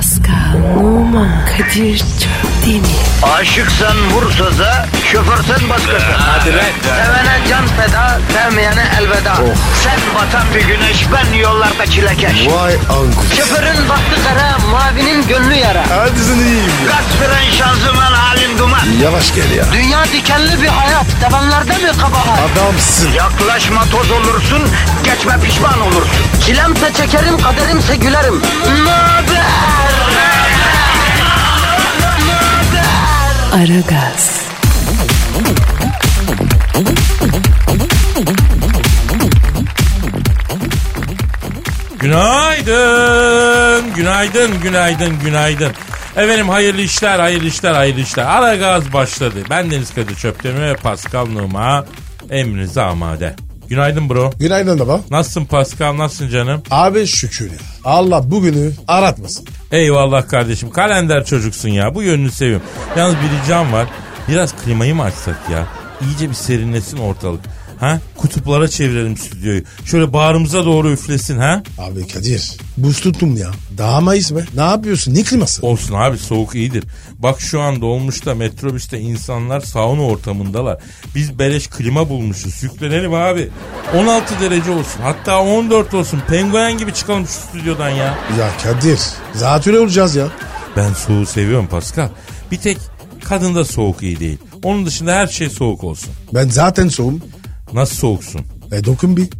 Pascal, Oman, Kadir çok değil mi? Aşıksan vursa da, şoförsen başkasın. Hadi lan. Sevene can feda, sevmeyene elveda. Sen batan bir güneş, ben yollarda çilekeş. Vay anku. Şoförün baktı kara, mavinin gönlü yara. Hadi sen iyiyim ya. Kasperen şanzıman halin duman. Yavaş gel ya. Dünya dikenli bir hayat, sevenlerde mi kabahar? Adamsın. Yaklaşma toz olursun, geçme pişman olursun. Çilemse çekerim, kaderimse gülerim. Möber! Aragaz. Günaydın, günaydın, günaydın, günaydın. Efendim hayırlı işler, hayırlı işler, hayırlı işler. Aragaz başladı. Ben Deniz Kadir Çöptemir ve Pascal Numa emrinize amade. Günaydın bro. Günaydın baba. Nasılsın Pascal, nasılsın canım? Abi şükür ya. Allah bugünü aratmasın. Eyvallah kardeşim, kalender çocuksun ya. Bu yönünü seviyorum. Yalnız bir ricam var. Biraz klimayı mı açsak ya? İyice bir serinlesin ortalık. Ha? Kutuplara çevirelim stüdyoyu. Şöyle bağrımıza doğru üflesin ha? Abi Kadir buz tuttum ya. Dağmayız be. Ne yapıyorsun? Ne kliması? Olsun abi, soğuk iyidir. Bak şu an dolmuşta, metrobüste insanlar sauna ortamındalar. Biz beleş klima bulmuşuz. Yüklenelim abi. 16 derece olsun. Hatta 14 olsun. Penguen gibi çıkalım şu stüdyodan ya. Ya Kadir zatürre olacağız ya. Ben soğuğu seviyorum Pascal. Bir tek kadında soğuk iyi değil. Onun dışında her şey soğuk olsun. Ben zaten soğum. Nasıl soğuksun? Dokun bir.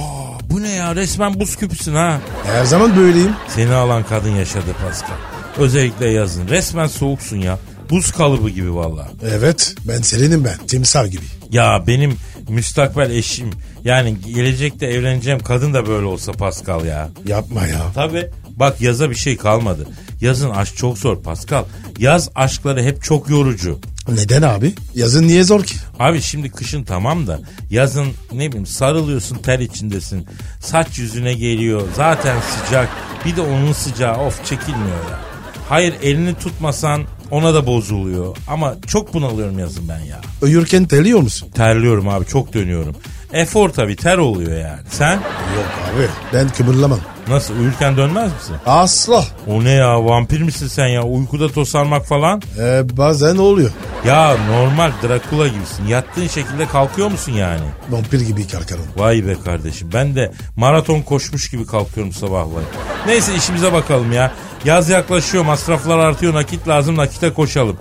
Bu ne ya, resmen buz küpüsün ha. Her zaman böyleyim. Seni alan kadın yaşadı Pascal. Özellikle yazın. Resmen soğuksun ya. Buz kalıbı gibi vallahi. Evet ben serinim ben. Timsah gibi. Ya benim müstakbel eşim, yani gelecekte evleneceğim kadın da böyle olsa Pascal ya. Yapma ya. Tabii. Bak yaza bir şey kalmadı. Yazın aşk çok zor Pascal. Yaz aşkları hep çok yorucu. Neden abi? Yazın niye zor ki? Abi şimdi kışın tamam da yazın ne bileyim sarılıyorsun, ter içindesin. Saç yüzüne geliyor. Zaten sıcak. Bir de onun sıcağı of çekilmiyor ya. Hayır, elini tutmasan ona da bozuluyor. Ama çok bunalıyorum yazın ben ya. Uyurken terliyor musun? Terliyorum abi, çok dönüyorum. Efor tabii, ter oluyor yani. Sen? Yok abi ben kıvırlamam. Nasıl, uyurken dönmez misin? Asla. O ne ya, vampir misin sen ya? Uykuda tosarmak falan? Bazen oluyor. Ya normal Drakula gibisin. Yattığın şekilde kalkıyor musun yani? Vampir gibi kalkarım. Vay be kardeşim, ben de maraton koşmuş gibi kalkıyorum sabahları. Neyse işimize bakalım ya. Yaz yaklaşıyor, masraflar artıyor, nakit lazım, nakite koşalım.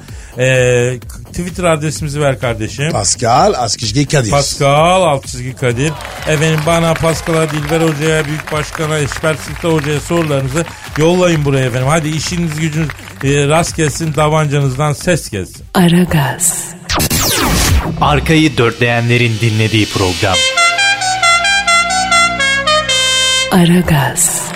Twitter adresimizi ver kardeşim. Pascal Askizgi Kadir. Pascal _ Kadir. Efendim bana, Pascal'a, Dilber Hoca'ya, Büyük Başkan'a, Eşber Sıkta Hoca'ya sorularınızı yollayın buraya efendim. Hadi işiniz gücünüz rast gelsin, davancanızdan ses gelsin. Aragaz. Arkayı dörtleyenlerin dinlediği program. Aragaz.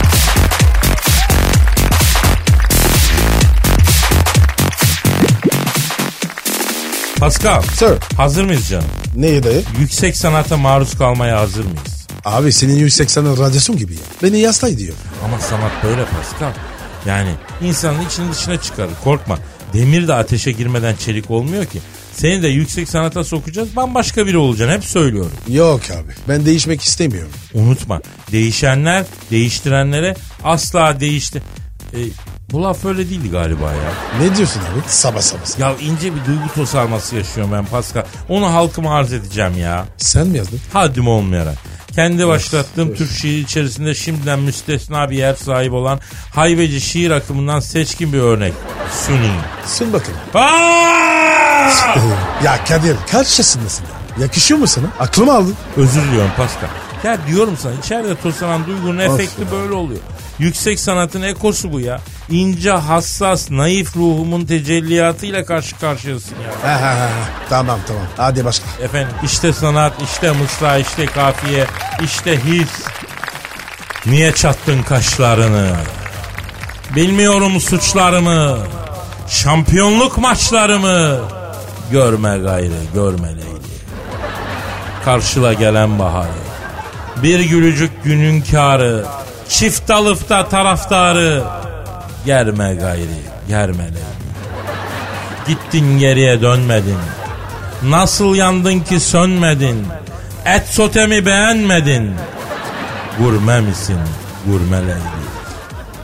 Pascal. Sir. Hazır mıyız canım? Neye dayı? Yüksek sanata maruz kalmaya hazır mıyız? Abi senin 180'in radyasyon gibi ya. Beni yastay diyor. Ama sanat böyle Pascal. Yani insanın içini dışına çıkarır. Korkma. Demir de ateşe girmeden çelik olmuyor ki. Seni de yüksek sanata sokacağız. Bambaşka biri olacaksın. Hep söylüyorum. Yok abi. Ben değişmek istemiyorum. Unutma. Değişenler değiştirenlere asla değişti. Bu laf öyle değildi galiba ya. Ne diyorsun abi? Sabah. Ya ince bir duygu tosarması yaşıyorum ben Pascal. Onu halkıma arz edeceğim ya. Sen mi yazdın? Haddim olmayarak. Kendi başlattığım Türk şiiri içerisinde şimdiden müstesna bir yer sahibi olan haybeci şiir akımından seçkin bir örnek sunayım. Sun bakalım. Aa! Ya Kadir kaç yaşındasın ya? Yakışıyor mu sana? Aklımı aldın. Özür diliyorum Pascal. Ya diyorum sana, içeride toslanan duygunun efekti böyle oluyor. Yüksek sanatın ekosu bu ya. İnce, hassas, naif ruhumun tecelliyatıyla karşı karşıyasın ya. Tamam. Hadi başla. Efendim işte sanat, işte mısra, işte kafiye, işte his. Niye çattın kaşlarını? Bilmiyorum suçlarımı. Şampiyonluk maçlarımı. Görme gayrı, görme leyli. Karşıla gelen baharı. Bir gülücük günün kârı. Çift alıfta taraftarı. Germe gayri, germe leyli. Gittin geriye dönmedin. Nasıl yandın ki sönmedin? Et sotemi beğenmedin. Gurme misin, gurme leyli?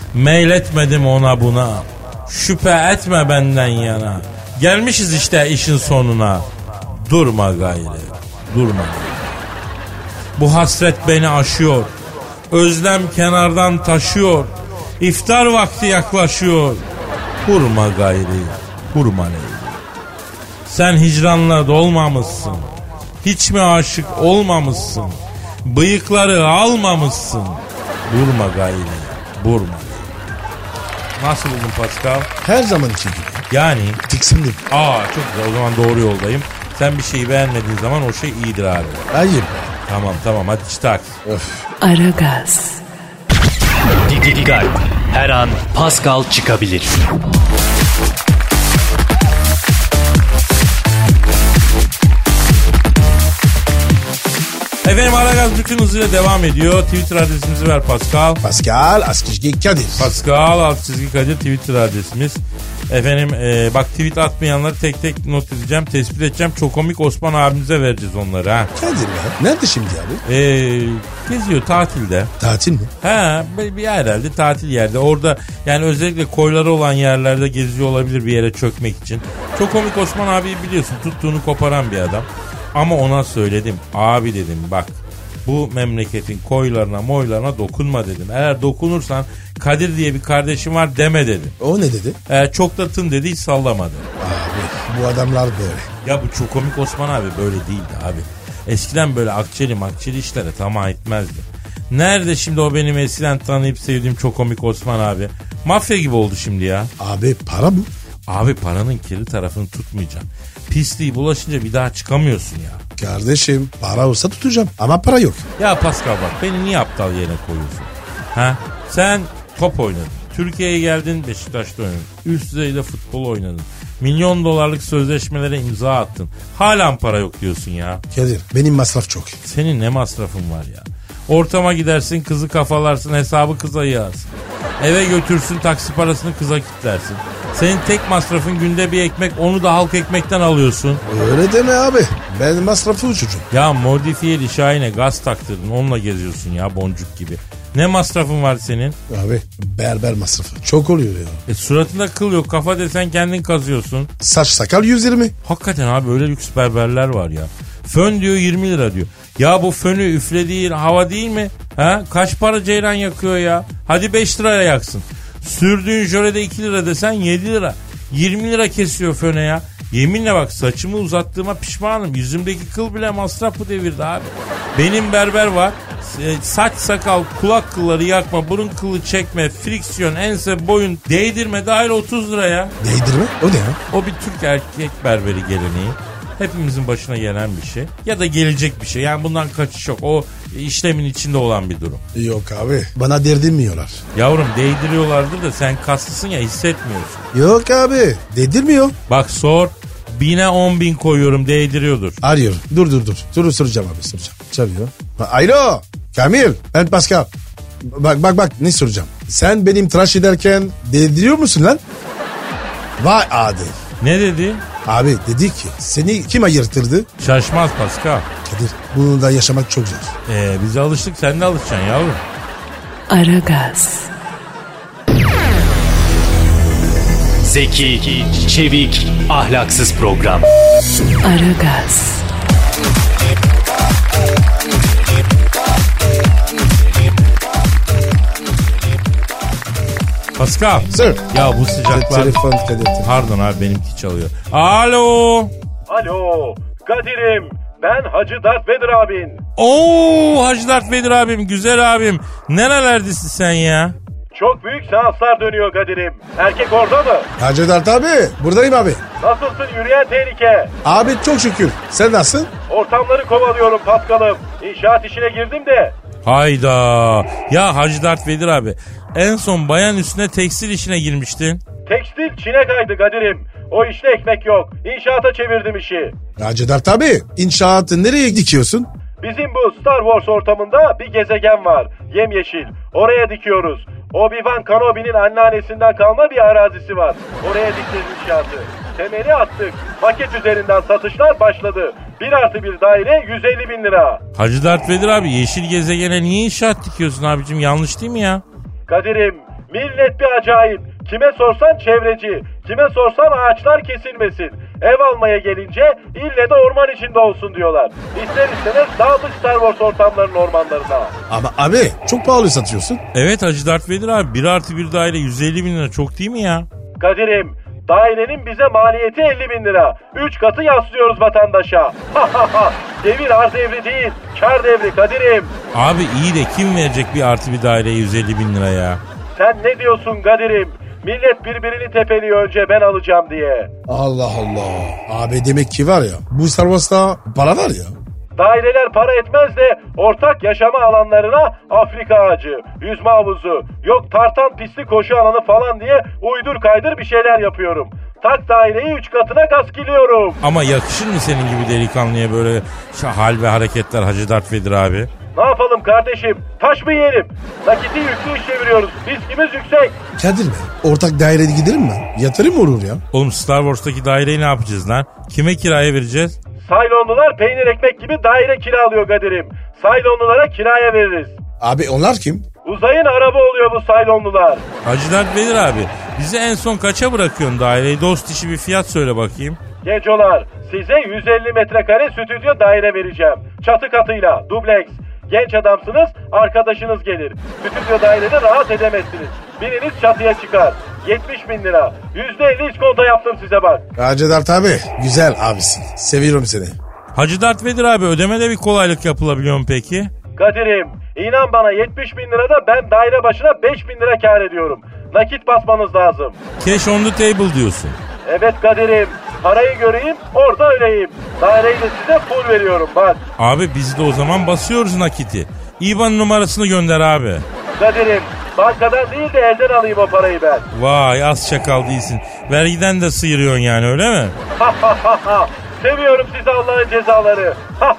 Meyletmedim ona buna. Şüphe etme benden yana. Gelmişiz işte işin sonuna. Durma gayrı, durma. Bu hasret beni aşıyor. Özlem kenardan taşıyor. İftar vakti yaklaşıyor. Vurma gayrı, vurma Leyli. Sen hicranla dolmamışsın. Hiç mi aşık olmamışsın? Bıyıkları almamışsın. Vurma gayrı, vurma. Nasıl buldun Pascal? Her zamanki gibi. Yani? Tiksindim. Çok güzel, o zaman doğru yoldayım. Sen bir şeyi beğenmediğin zaman o şey iyidir abi. Hayır. Tamam hadi çıtak. Aragaz. Dikkat. Her an Pascal çıkabilir. Efendim Aragaz bütün hızıyla devam ediyor. Twitter adresimizi ver Pascal. Pascal Askizgi Kadir. Pascal _ Kadir Twitter adresimiz. Efendim bak tweet atmayanları tek tek not edeceğim, tespit edeceğim. Çok komik Osman abimize vereceğiz onları ha. Kadir ya. Nerede şimdi abi? Geziyor tatilde. Tatil mi? Ha bir herhalde tatil yerde. Orada yani özellikle koyları olan yerlerde geziyor olabilir bir yere çökmek için. Çok komik Osman abiyi biliyorsun, tuttuğunu koparan bir adam. Ama ona söyledim. Abi dedim bak bu memleketin koylarına moylarına dokunma dedim. Eğer dokunursan Kadir diye bir kardeşim var deme dedim. O ne dedi? Çok da tın dedi, hiç sallamadı. Abi bu adamlar böyle. Ya bu çok komik Osman abi böyle değildi abi. Eskiden böyle akçeli işlere tamah etmezdi. Nerede şimdi o benim eskiden tanıyıp sevdiğim çok komik Osman abi? Mafya gibi oldu şimdi ya. Abi para bu. Abi paranın kirli tarafını tutmayacaksın. Pisliği bulaşınca bir daha çıkamıyorsun ya. Kardeşim para olsa tutacağım ama para yok. Ya Pascal bak beni niye aptal yerine koyuyorsun? Ha? Sen top oynadın. Türkiye'ye geldin, Beşiktaş'ta oynadın. Üst düzeyde futbol oynadın. Milyon dolarlık sözleşmelere imza attın. Halen para yok diyorsun ya. Kadir benim masraf çok. Senin ne masrafın var ya? Ortama gidersin, kızı kafalarsın, hesabı kıza yığarsın. Eve götürsün, taksi parasını kıza kitlersin. Senin tek masrafın günde bir ekmek, onu da halk ekmekten alıyorsun. Öyle deme abi. Ben masrafı uçucum. Ya modifiyeli Şahin'e gaz taktırdın, onunla geziyorsun ya boncuk gibi. Ne masrafın var senin? Abi berber masrafı çok oluyor ya. Suratında kıl yok, kafa desen kendin kazıyorsun. Saç sakal 120. Hakikaten abi öyle lüks berberler var ya. Fön diyor 20 lira diyor. Ya bu fönü üflediğin hava değil mi? Ha? Kaç para ceyran yakıyor ya? Hadi 5 liraya yaksın. Sürdüğün jölede 2 lira desen 7 lira. 20 lira kesiyor föne ya. Yeminle bak saçımı uzattığıma pişmanım. Yüzümdeki kıl bile masraf bu devirde abi. Benim berber var. Saç sakal kulak kılları yakma, burun kılı çekme, friksiyon, ense, boyun değdirme dahil 30 lira ya. Değdirme? O ne ya? O bir Türk erkek berberi geleneği. Hepimizin başına gelen bir şey. Ya da gelecek bir şey. Yani bundan kaçış yok. O işlemin içinde olan bir durum. Yok abi. Bana değdirmiyorlar. Yavrum değdiriyorlardır da sen kaslısın ya hissetmiyorsun. Yok abi. Değdirmiyor. Bak sor. 1000'e 10.000 koyuyorum değdiriyordur. Arıyor. Dur. Dur soracağım abi soracağım. Çalıyor. Alo. Kamil. Ben Pascal. Bak ne soracağım. Sen benim tıraş ederken değdiriyor musun lan? Vay adi. Ne dedi? Abi dedi ki seni kim ayırtırdı? Şaşmaz Pascal. Kadir bunu da yaşamak çok zor. Biz alıştık sen de alışacaksın yavrum. Aragaz. Zeki, çevik, ahlaksız program. Aragaz. Pascal. Sir. Ya bu sıcaklar... Telefon Kadir. Pardon abi benimki çalıyor. Alo. Alo Kadir'im, ben Hacı Darth Vader abin. Oo Hacı Darth Vader abim, güzel abim. Nerelerdesin sen ya? Çok büyük seanslar dönüyor Kadir'im. Erkek orada mı? Hacı Dert abi buradayım abi. Nasılsın yürüyen tehlike? Abi çok şükür. Sen nasılsın? Ortamları kovalıyorum Paskal'ım. İnşaat işine girdim de. Hayda. Ya Hacı Darth Vader abi, en son bayan üstüne tekstil işine girmiştin. Tekstil Çin'e kaydı Kadir'im. O işte ekmek yok. İnşaata çevirdim işi. Hacı Dert abi inşaatı nereye dikiyorsun? Bizim bu Star Wars ortamında bir gezegen var. Yemyeşil. Oraya dikiyoruz. Obi-Wan Kenobi'nin anneannesinden kalma bir arazisi var. Oraya dikeceğiz inşaatı. Temeli attık. Maket üzerinden satışlar başladı. 1+1 daire 150 bin lira. Hacı Darth Vader abi, yeşil gezegene niye inşaat dikiyorsun abicim, yanlış değil mi ya? Kadir'im, Millet bir acayip. Kime sorsan çevreci, kime sorsan ağaçlar kesilmesin. Ev almaya gelince ille de orman içinde olsun diyorlar. İster istemez dağıldık Star Wars ortamlarının ormanlarına. Ama abi çok pahalı satıyorsun. Evet Hacı Dert Vedir abi 1+1 daire 150 bin lira çok değil mi ya? Kadir'im, dairenin bize maliyeti 50 bin lira. 3 katı yaslıyoruz vatandaşa. Devir arz devri değil, kar devri Kadir'im. Abi iyi de kim verecek bir +1 daireye 150 bin lira ya? Sen ne diyorsun Kadir'im? Millet birbirini tepeliyor önce ben alacağım diye. Allah Allah. Abi demek ki var ya bu Star Wars'ta para var ya. Daireler para etmez de ortak yaşama alanlarına Afrika ağacı, yüzme havuzu, yok tartan pisti koşu alanı falan diye uydur kaydır bir şeyler yapıyorum. Tak daireyi 3 katına gaskiliyorum. Ama yakışır mı senin gibi delikanlıya böyle hal ve hareketler Hacı Dert Vedir abi? Ne yapalım kardeşim? Taş mı yiyelim? Nakiti yüklü iş çeviriyoruz. Riskimiz yüksek. Kadir Bey ortak dairede gidelim mi? Yatırım mı olur ya? Oğlum Star Wars'taki daireyi ne yapacağız lan? Kime kiraya vereceğiz? Saylonlular peynir ekmek gibi daire kiralıyor Kadir'im. Saylonlulara kiraya veririz. Abi onlar kim? Uzayın araba oluyor bu Saylonlular. Hacı Dert Vedir abi bizi en son kaça bırakıyorsun daireyi? Dost işi bir fiyat söyle bakayım. Gencolar, size 150 metrekare stüdyo daire vereceğim. Çatı katıyla, dubleks. Genç adamsınız, arkadaşınız gelir. Stüdyo dairede rahat edemezsiniz. Biriniz çatıya çıkar. 70 bin lira. %50 iskonto yaptım size bak. Hacı Dert abi güzel abisin. Seviyorum seni. Hacı Dert Vedir abi ödemede bir kolaylık yapılabiliyor mu peki? Kadir'im, inan bana 70 bin lirada ben daire başına 5 bin lira kar ediyorum. Nakit basmanız lazım. Cash on the table diyorsun. Evet Kadir'im, parayı göreyim orada öleyim. Daireyi de size full veriyorum bak. Abi biz de o zaman basıyoruz nakiti. İBAN numarasını gönder abi. Kadir'im, bankadan değil de elden alayım o parayı ben. Vay az çakal değilsin. Vergiden de sıyırıyorsun yani öyle mi? Seviyorum sizi Allah'ın cezaları.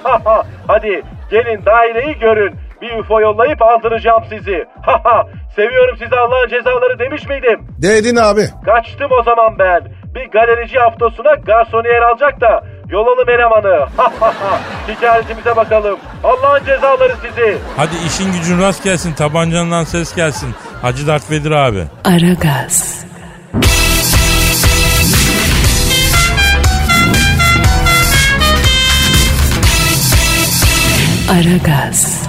Hadi gelin daireyi görün. Bir UFO yollayıp aldıracağım sizi. Seviyorum sizi Allah'ın cezaları demiş miydim? Dedin abi. Kaçtım o zaman ben. Bir galerici haftosuna garsoniyer alacak da yol alım elemanı. Ticaretimize bakalım. Allah'ın cezaları sizi. Hadi işin gücün rast gelsin, tabancandan ses gelsin. Hacı Dert Vedir abi. Aragaz. Aragaz.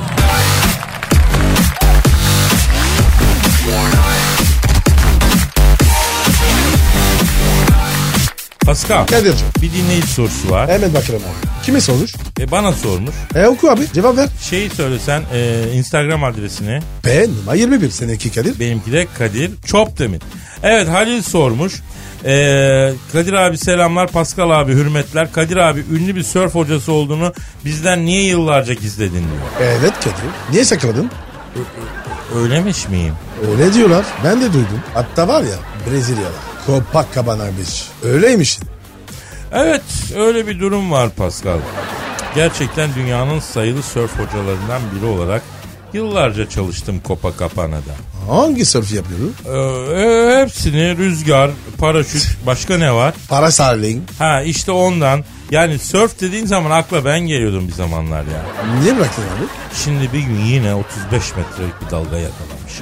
Pascal, Kadir'cim. bir dinleyici sorusu var. Hemen bakalım abi. Kime sormuş? Bana sormuş. Oku abi cevap ver. Şeyi söylesen Instagram adresini. Ben numara 21 seninki Kadir. Benimki de Kadir Çopdemir. Evet Halil sormuş. Kadir abi selamlar, Pascal abi hürmetler. Kadir abi ünlü bir sörf hocası olduğunu bizden niye yıllarca gizledin diyor. Evet Kadir. Niye sakladın? Öylemiş miyim? Öyle diyorlar. Ben de duydum. Hatta var ya Brezilya'da. Copacabana Beach. Öyleymişsin. Evet öyle bir durum var Pascal. Gerçekten dünyanın sayılı sörf hocalarından biri olarak yıllarca çalıştım Copacabana'da. Hangi surf yapıyorsun? Hepsini rüzgar, paraşüt, başka ne var? Parasailing. Ha işte ondan. Yani surf dediğin zaman akla ben geliyordum bir zamanlar ya. Niye bıraktın abi? Şimdi bir gün yine 35 metrelik bir dalga yakalamış.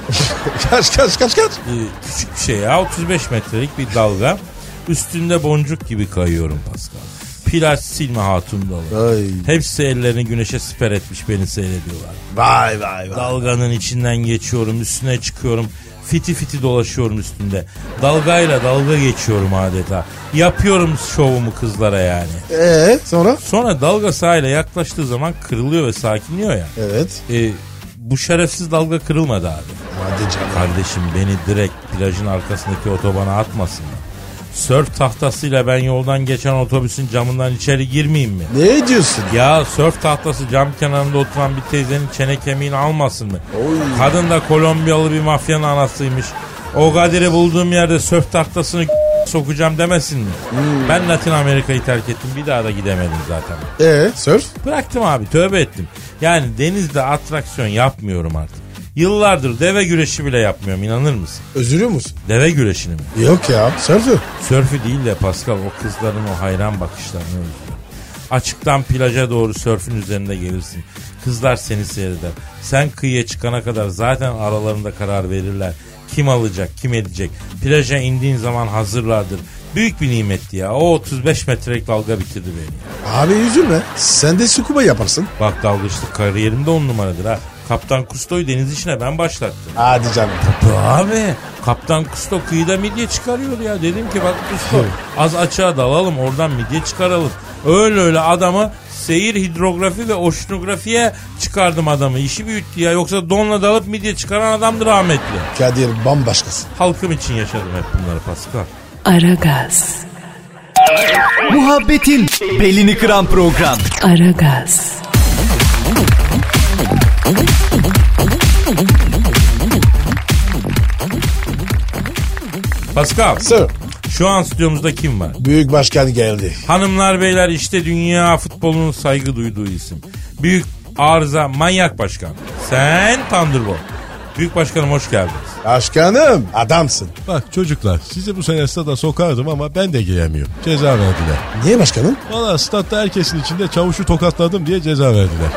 Kaç? Küçük bir şey ya 35 metrelik bir dalga. Üstünde boncuk gibi kayıyorum Pascal. Plaj silme hatun dolu. Ay. Hepsi ellerini güneşe siper etmiş beni seyrediyorlar. Vay. Dalganın içinden geçiyorum, üstüne çıkıyorum. Fiti fiti dolaşıyorum üstünde. Dalgayla dalga geçiyorum adeta. Yapıyorum şovumu kızlara yani. Sonra? Sonra dalga sahile yaklaştığı zaman kırılıyor ve sakinliyor ya. Evet. Bu şerefsiz dalga kırılmadı abi. Hadi canım. Kardeşim beni direkt plajın arkasındaki otobana atmasınlar. Sörf tahtasıyla ben yoldan geçen otobüsün camından içeri girmeyeyim mi? Ne diyorsun? Ya sörf tahtası cam kenarında oturan bir teyzenin çene kemiğini almasın mı? Oy. Kadın da Kolombiyalı bir mafyanın anasıymış. O Kadir'i bulduğum yerde sörf tahtasını sokacağım demesin mi? Ben Latin Amerika'yı terk ettim, bir daha da gidemedim zaten. Surf? Bıraktım abi, tövbe ettim. Yani denizde atraksiyon yapmıyorum artık. Yıllardır deve güreşi bile yapmıyorum, inanır mısın? Üzülüyor musun? Deve güreşini mi? Yok ya, sörfü. Sörfü değil de Pascal, o kızların o hayran bakışlarını özlüyorum. Açıktan plaja doğru sörfün üzerinde gelirsin. Kızlar seni seyreder. Sen kıyıya çıkana kadar zaten aralarında karar verirler. Kim alacak, kim edecek? Plaja indiğin zaman hazırlardır. Büyük bir nimetti ya. O 35 metrelik dalga bitirdi beni. Abi üzülme. Sen de scuba yaparsın. Bak dalgıçlık kariyerimde 10 numaradır ha. Kaptan Kusto'yu deniz işine ben başlattım. Hadi canım. Abi Kaptan Kusto kıyıda midye çıkarıyor ya. Dedim ki bak Kusto az açığa dalalım oradan midye çıkaralım. Öyle adamı seyir hidrografi ve oşinografiye çıkardım adamı. İşi büyüttü ya. Yoksa donla dalıp midye çıkaran adamdır rahmetli. Kadir bambaşkasın. Halkım için yaşadım hep bunları Pascal. Aragaz, Muhabbetin belini kıran program. Aragaz, Pascal, Sir. şu an stüdyomuzda kim var? Büyük başkan geldi. Hanımlar beyler işte dünya futbolunun saygı duyduğu isim. Büyük arıza manyak başkan. Sen Thunderbolt. Büyük başkanım hoş geldiniz. Başkanım adamsın. Bak çocuklar sizi bu sene stada sokardım ama ben de giremiyorum. Ceza verdiler. Niye başkanım? Valla statta herkesin içinde çavuşu tokatladım diye ceza verdiler.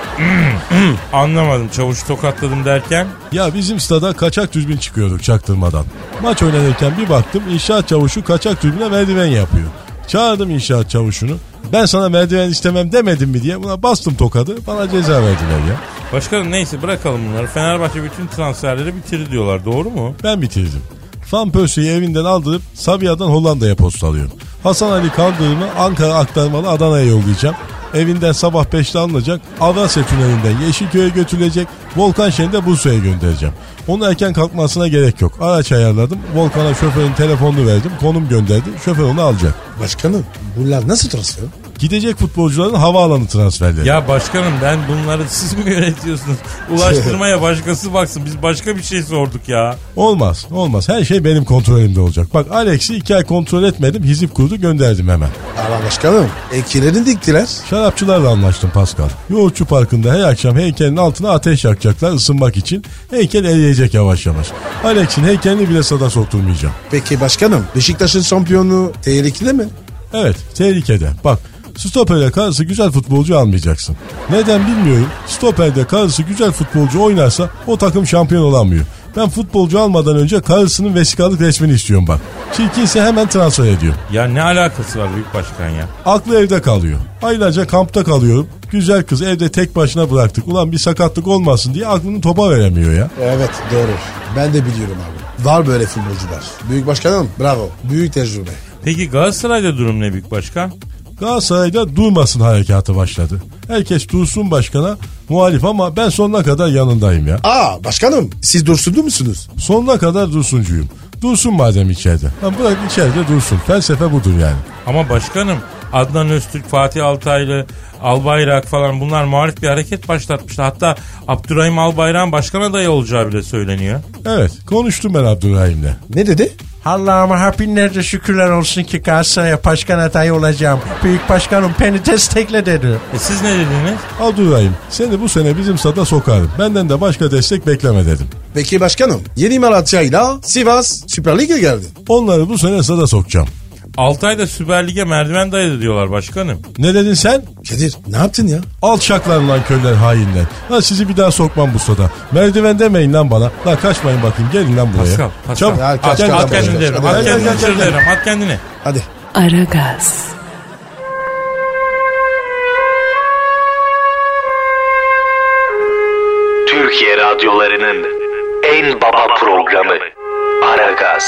Anlamadım çavuşu tokatladım derken. Ya bizim stada kaçak düzgün çıkıyorduk çaktırmadan. Maç oynanırken bir baktım inşaat çavuşu kaçak düzgüne merdiven yapıyor. Çağırdım inşaat çavuşunu. Ben sana merdiven istemem demedim mi diye buna bastım tokadı. Bana ceza verdiler ya. Başkanım neyse bırakalım bunları. Fenerbahçe bütün transferleri bitirdi diyorlar. Doğru mu? Ben bitirdim. Van Persie'yi evinden aldırıp Sabiha'dan Hollanda'ya postalıyorum. Hasan Ali Kaldırım'ı Ankara aktarmalı Adana'ya yollayacağım. Evinden sabah 5'te alınacak. Avrasya Tüneli'nden Yeşilköy'e götürülecek. Volkan Şen'i de Bursa'ya göndereceğim. Onun erken kalkmasına gerek yok. Araç ayarladım. Volkan'a şoförün telefonunu verdim. Konum gönderdi. Şoför onu alacak. Başkanım bunlar nasıl transfer? Gidecek futbolcuların havaalanı transferleri. Ya başkanım ben bunları siz mi yönetiyorsunuz? Ulaştırmaya başkası baksın. Biz başka bir şey sorduk ya. Olmaz. Her şey benim kontrolümde olacak. Bak Alex'i 2 ay kontrol etmedim. Hizip kurdu gönderdim hemen. Ama başkanım ekilerini diktiler. Şarapçılarla anlaştım Pascal. Yoğurtçu Parkı'nda her akşam heykelin altına ateş yakacaklar ısınmak için. Heykel eriyecek yavaş yavaş. Alex'in heykelini bile sada sokturmayacağım. Peki başkanım Beşiktaş'ın şampiyonu tehlikede mi? Evet tehlikede. Bak stoperde karısı güzel futbolcu almayacaksın. Neden bilmiyorum. Stoperde karısı güzel futbolcu oynarsa o takım şampiyon olamıyor. Ben futbolcu almadan önce karısının vesikalık resmini istiyorum bak. Çirkinse hemen transfer ediyor. Ya ne alakası var büyük başkan ya? Aklı evde kalıyor. Aylarca kampta kalıyorum. Güzel kız evde tek başına bıraktık. Ulan bir sakatlık olmasın diye aklını topa veremiyor ya. Evet doğru. Ben de biliyorum abi. Var böyle futbolcular. Büyük başkanım bravo. Büyük tecrübe. Peki Galatasaray'da durum ne büyük başkan? Galatasaray'da durmasın harekatı başladı. Herkes Dursun Başkan'a muhalif ama ben sonuna kadar yanındayım ya. Başkanım siz Dursunlu musunuz? Sonuna kadar Dursuncuyum. Dursun madem içeride. Lan bırak içeride dursun. Felsefe budur yani. Ama başkanım Adnan Öztürk, Fatih Altaylı, Albayrak falan bunlar muhalif bir hareket başlatmıştı. Hatta Abdurrahim Albayrak'ın başkan adayı olacağı bile söyleniyor. Evet konuştum ben Abdurrahim'le. Ne dedi? Allah'ıma binlerce şükürler olsun ki Galatasaray'a başkan adayı olacağım. Büyük başkanım beni destekle dedi. Siz ne dediniz? Abdurrahim seni bu sene bizim sada sokarım. Benden de başka destek bekleme dedim. Peki başkanım Yeni Malatya'yla Sivas Süper Lig'e geldi. Onları bu sene sada sokacağım. Altay'da Süper Lig'e merdiven dayadı diyorlar başkanım. Ne dedin sen? Kadir ne yaptın ya? Alçaklar lan köller hainler. Lan sizi bir daha sokmam bu sada. Merdiven demeyin lan bana. Lan kaçmayın bakayım gelin lan buraya. Pascal. Çabuk. Ya, At kendini derim. At kendini Gel. içeri derim. At kendini. Hadi. Aragaz, Türkiye radyolarının en baba programı Aragaz.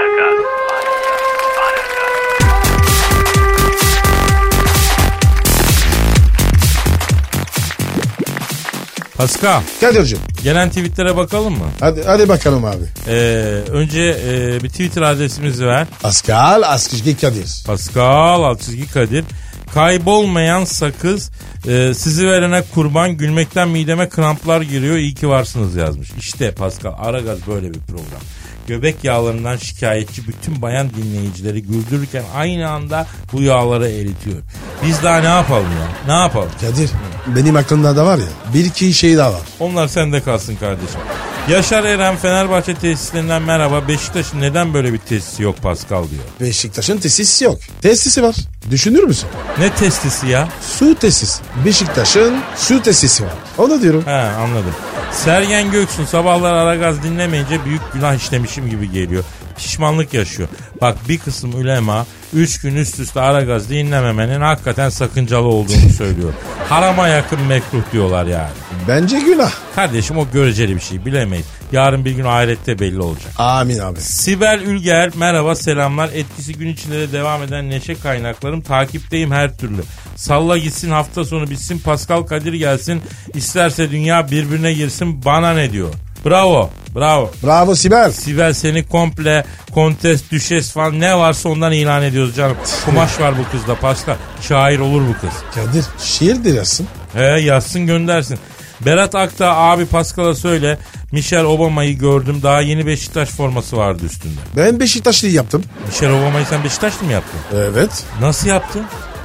Pascal. Kadir'cim Gelen tweetlere bakalım mı? hadi bakalım abi. Önce bir Twitter adresimizi ver. Pascal Askışki Kadir. Pascal _ Kadir. Kaybolmayan sakız, sizi verene kurban, gülmekten mideme kramplar giriyor, iyi ki varsınız yazmış. İşte Pascal Aragaz böyle bir program. Göbek yağlarından şikayetçi bütün bayan dinleyicileri güldürürken aynı anda bu yağları eritiyor. Biz daha ne yapalım ya? Ne yapalım? Kadir benim aklımda da var ya bir iki şey daha var. Onlar sende kalsın kardeşim. Yaşar Eren Fenerbahçe tesislerinden merhaba. Beşiktaş'ın neden böyle bir tesisi yok Pascal diyor. Beşiktaş'ın tesisi yok. Tesisi var. Düşünür müsün? Ne testisi ya? Su tesisi. Beşiktaş'ın su tesisi var. Onu diyorum. He anladım. Sergen Göksun sabahlar Aragaz dinlemeyince büyük günah işlemişim gibi geliyor. Pişmanlık yaşıyor. Bak bir kısım ulema 3 gün üst üste Aragaz dinlememenin hakikaten sakıncalı olduğunu söylüyor. Harama yakın mekruh diyorlar yani. Bence günah. Kardeşim o göreceli bir şey, bilemeyiz. Yarın bir gün ahirette belli olacak. Amin abi. Sibel Ülger merhaba, selamlar. Etkisi gün içinde de devam eden neşe kaynaklarım, takipteyim her türlü. Salla gitsin, hafta sonu bitsin, Pascal Kadir gelsin, isterse dünya birbirine girsin, bana ne diyor. Bravo, bravo. Bravo Sibel. Sibel seni komple kontes, düşes falan ne varsa ondan ilan ediyoruz canım. Kumaş var bu kızda Pascal. Şair olur bu kız. Kadir şiir de yazsın. He, yazsın göndersin. Berat Akta abi Pascal'a söyle, Michelle Obama'yı gördüm, daha yeni Beşiktaş forması vardı üstünde. Ben Beşiktaşlıyı yaptım. Michelle Obama'yı sen Beşiktaşlı mı yaptın? Evet. Nasıl yaptın?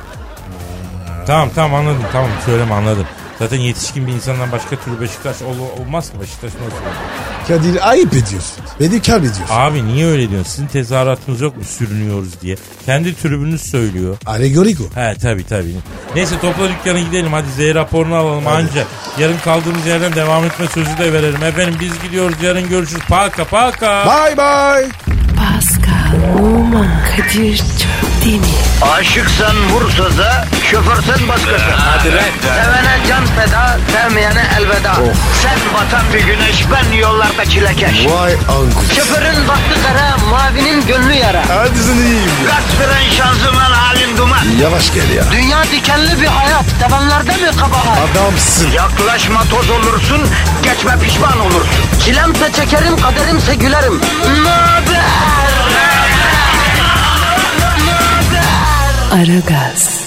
Tamam anladım, tamam söyleme, anladım. Zaten yetişkin bir insandan başka türlü Beşiktaş olmaz ki. Beşiktaş nasıl olur? Kadir ayıp ediyorsun. Beni kar ediyorsun. Abi niye öyle diyorsun? Sizin tezahüratınız yok mu sürünüyoruz diye? Kendi tribününüz söylüyor. Alegorik o. He tabii. Neyse topla dükkanı gidelim, hadi Z raporunu alalım anca. Yarın kaldığımız yerden devam etme sözü de verelim. Efendim biz gidiyoruz, yarın görüşürüz. Paka. Bye bye. Pascal, Oman, Kadir çok değil mi? Aşıksan vursa da, şoförsen başkasın. Hadi lan. Sevene can feda, sevmeyene elveda. Sen batan bir güneş, ben yollarda çilekeş. Vay anku. Şoförün baktı kara, mavinin gönlü yara. Hadi sen iyiyim ya. Kasperen şanzıman halin duman. Yavaş gel ya. Dünya dikenli bir hayat, sevenlerde mi kabahar? Adamsın. Yaklaşma toz olursun, geçme pişman olursun. Çilemse çekerim, kaderimse gülerim. Möber! Aragaz.